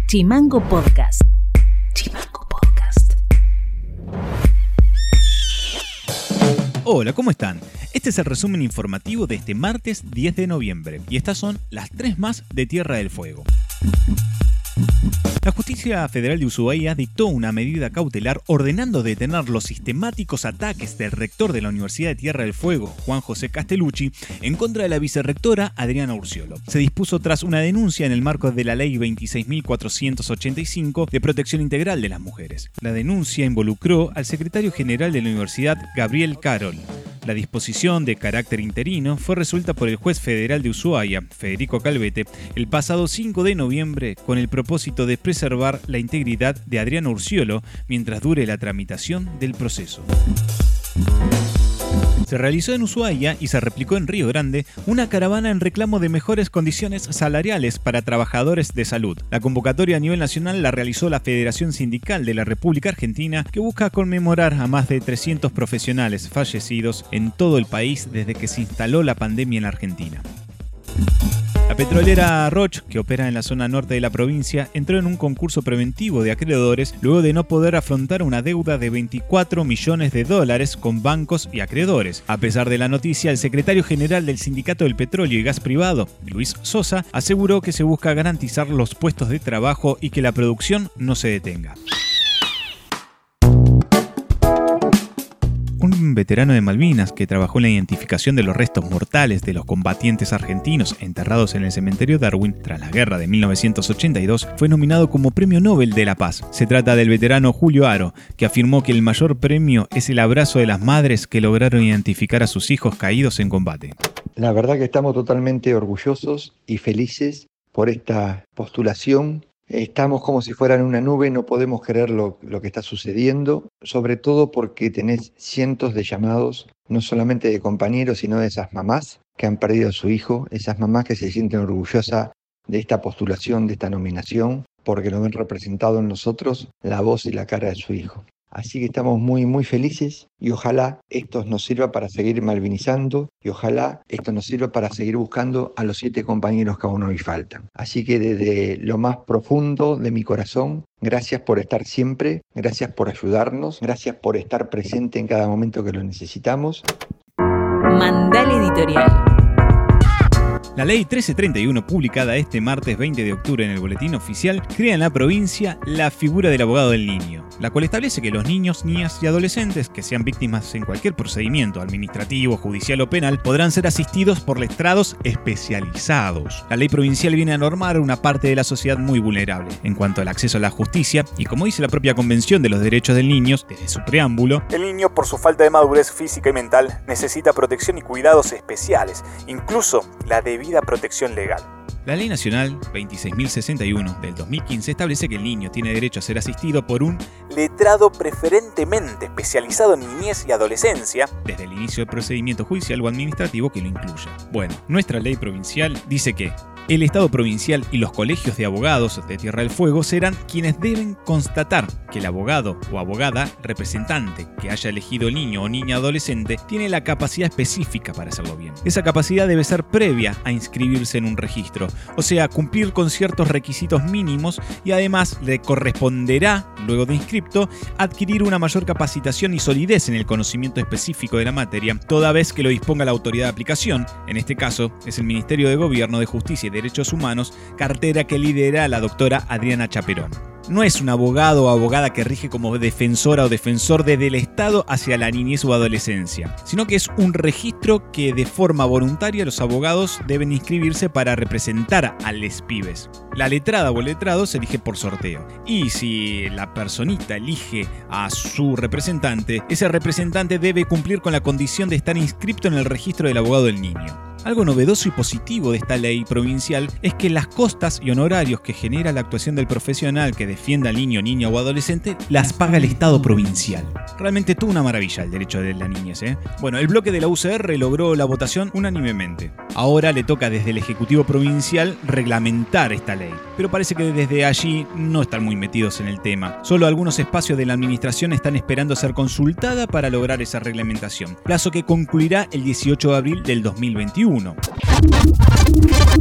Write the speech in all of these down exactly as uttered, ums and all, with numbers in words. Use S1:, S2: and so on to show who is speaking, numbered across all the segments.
S1: Chimango Podcast. Chimango Podcast.
S2: Hola, ¿cómo están? Este es el resumen informativo de este martes diez de noviembre y estas son las tres más de Tierra del Fuego. La Justicia Federal de Ushuaia dictó una medida cautelar ordenando detener los sistemáticos ataques del rector de la Universidad de Tierra del Fuego, Juan José Castellucci, en contra de la vicerrectora Adriana Ursiolo. Se dispuso tras una denuncia en el marco de la Ley veintiséis mil cuatrocientos ochenta y cinco de Protección Integral de las Mujeres. La denuncia involucró al secretario general de la Universidad, Gabriel Carol. La disposición de carácter interino fue resuelta por el juez federal de Ushuaia, Federico Calvete, el pasado cinco de noviembre con el propósito de preservar la integridad de Adriana Ursiolo mientras dure la tramitación del proceso. Se realizó en Ushuaia y se replicó en Río Grande una caravana en reclamo de mejores condiciones salariales para trabajadores de salud. La convocatoria a nivel nacional la realizó la Federación Sindical de la República Argentina, que busca conmemorar a más de trescientos profesionales fallecidos en todo el país desde que se instaló la pandemia en Argentina. La petrolera Roche, que opera en la zona norte de la provincia, entró en un concurso preventivo de acreedores luego de no poder afrontar una deuda de veinticuatro millones de dólares con bancos y acreedores. A pesar de la noticia, el secretario general del Sindicato del Petróleo y Gas Privado, Luis Sosa, aseguró que se busca garantizar los puestos de trabajo y que la producción no se detenga. Un veterano de Malvinas que trabajó en la identificación de los restos mortales de los combatientes argentinos enterrados en el cementerio Darwin tras la guerra de mil novecientos ochenta y dos fue nominado como Premio Nobel de la Paz. Se trata del veterano Julio Aro, que afirmó que el mayor premio es el abrazo de las madres que lograron identificar a sus hijos caídos en combate.
S3: La verdad que estamos totalmente orgullosos y felices por esta postulación. Estamos como si fueran una nube, no podemos creer lo, lo que está sucediendo, sobre todo porque tenés cientos de llamados, no solamente de compañeros, sino de esas mamás que han perdido a su hijo, esas mamás que se sienten orgullosas de esta postulación, de esta nominación, porque lo ven representado en nosotros la voz y la cara de su hijo. Así que estamos muy, muy felices y ojalá esto nos sirva para seguir malvinizando y ojalá esto nos sirva para seguir buscando a los siete compañeros que aún hoy faltan. Así que desde lo más profundo de mi corazón, gracias por estar siempre, gracias por ayudarnos, gracias por estar presente en cada momento que lo necesitamos.
S1: Mandal Editorial.
S2: La Ley trece treinta y uno, publicada este martes veinte de octubre en el Boletín Oficial, crea en la provincia la figura del abogado del niño, la cual establece que los niños, niñas y adolescentes que sean víctimas en cualquier procedimiento administrativo, judicial o penal podrán ser asistidos por letrados especializados. La ley provincial viene a normar una parte de la sociedad muy vulnerable en cuanto al acceso a la justicia y, como dice la propia Convención de los Derechos del Niño, desde su preámbulo, el niño, por su falta de madurez física y mental, necesita protección y cuidados especiales, incluso la debida protección legal. La Ley Nacional veintiséis mil sesenta y uno del dos mil quince establece que el niño tiene derecho a ser asistido por un letrado preferentemente especializado en niñez y adolescencia desde el inicio del procedimiento judicial o administrativo que lo incluya. Bueno, nuestra ley provincial dice que el Estado provincial y los colegios de abogados de Tierra del Fuego serán quienes deben constatar que el abogado o abogada representante que haya elegido el niño o niña adolescente tiene la capacidad específica para hacerlo bien. Esa capacidad debe ser previa a inscribirse en un registro, o sea, cumplir con ciertos requisitos mínimos y además le corresponderá, luego de inscripto, adquirir una mayor capacitación y solidez en el conocimiento específico de la materia, toda vez que lo disponga la autoridad de aplicación, en este caso es el Ministerio de Gobierno, de Justicia y Derechos Humanos, cartera que lidera la doctora Adriana Chaperón. No es un abogado o abogada que rige como defensora o defensor desde el Estado hacia la niñez o adolescencia, sino que es un registro que de forma voluntaria los abogados deben inscribirse para representar a les pibes. La letrada o letrado se elige por sorteo, y si la personita elige a su representante, ese representante debe cumplir con la condición de estar inscrito en el registro del abogado del niño. Algo novedoso y positivo de esta ley provincial es que las costas y honorarios que genera la actuación del profesional que defienda al niño, niña o adolescente las paga el Estado provincial. Realmente toda una maravilla el derecho de la niñez, ¿eh? Bueno, el bloque de la U C R logró la votación unánimemente. Ahora le toca desde el Ejecutivo Provincial reglamentar esta ley, pero parece que desde allí no están muy metidos en el tema. Solo algunos espacios de la administración están esperando ser consultada para lograr esa reglamentación, plazo que concluirá el dieciocho de abril del dos mil veintiuno.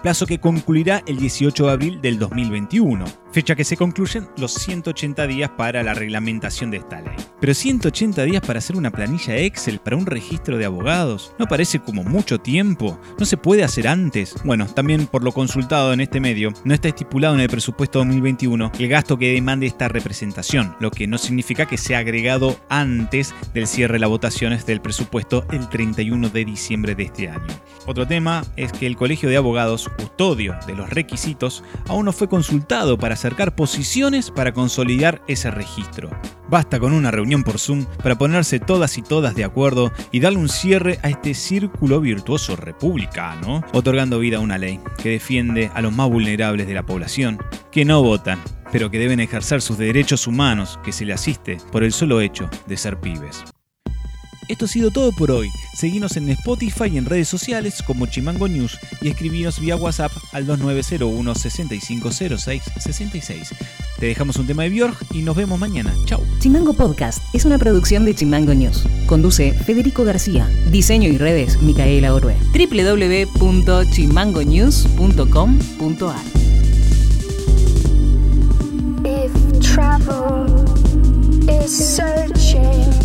S2: plazo que concluirá el dieciocho de abril del dos mil veintiuno, fecha que se concluyen los ciento ochenta días para la reglamentación de esta ley. Pero ciento ochenta días para hacer una planilla Excel para un registro de abogados, ¿no parece como mucho tiempo? ¿No se puede hacer antes? Bueno, también por lo consultado en este medio, no está estipulado en el presupuesto dos mil veintiuno el gasto que demande esta representación, lo que no significa que sea agregado antes del cierre de las votaciones del presupuesto el treinta y uno de diciembre de este año. Otro tema es que el Colegio de Abogados, custodio de los requisitos, aún no fue consultado para acercar posiciones para consolidar ese registro. Basta con una reunión por Zoom para ponerse todas y todas de acuerdo y darle un cierre a este círculo virtuoso republicano, otorgando vida a una ley que defiende a los más vulnerables de la población, que no votan, pero que deben ejercer sus derechos humanos que se les asiste por el solo hecho de ser pibes. Esto ha sido todo por hoy. Seguinos en Spotify y en redes sociales como Chimango News y escribinos vía WhatsApp al dos nueve cero uno, seis cinco cero seis, seis seis. Te dejamos un tema de Björk y nos vemos mañana. Chau.
S1: Chimango Podcast es una producción de Chimango News. Conduce Federico García. Diseño y redes Micaela Orue. doble u doble u doble u punto chimango news punto com punto a r.
S4: If travel is searching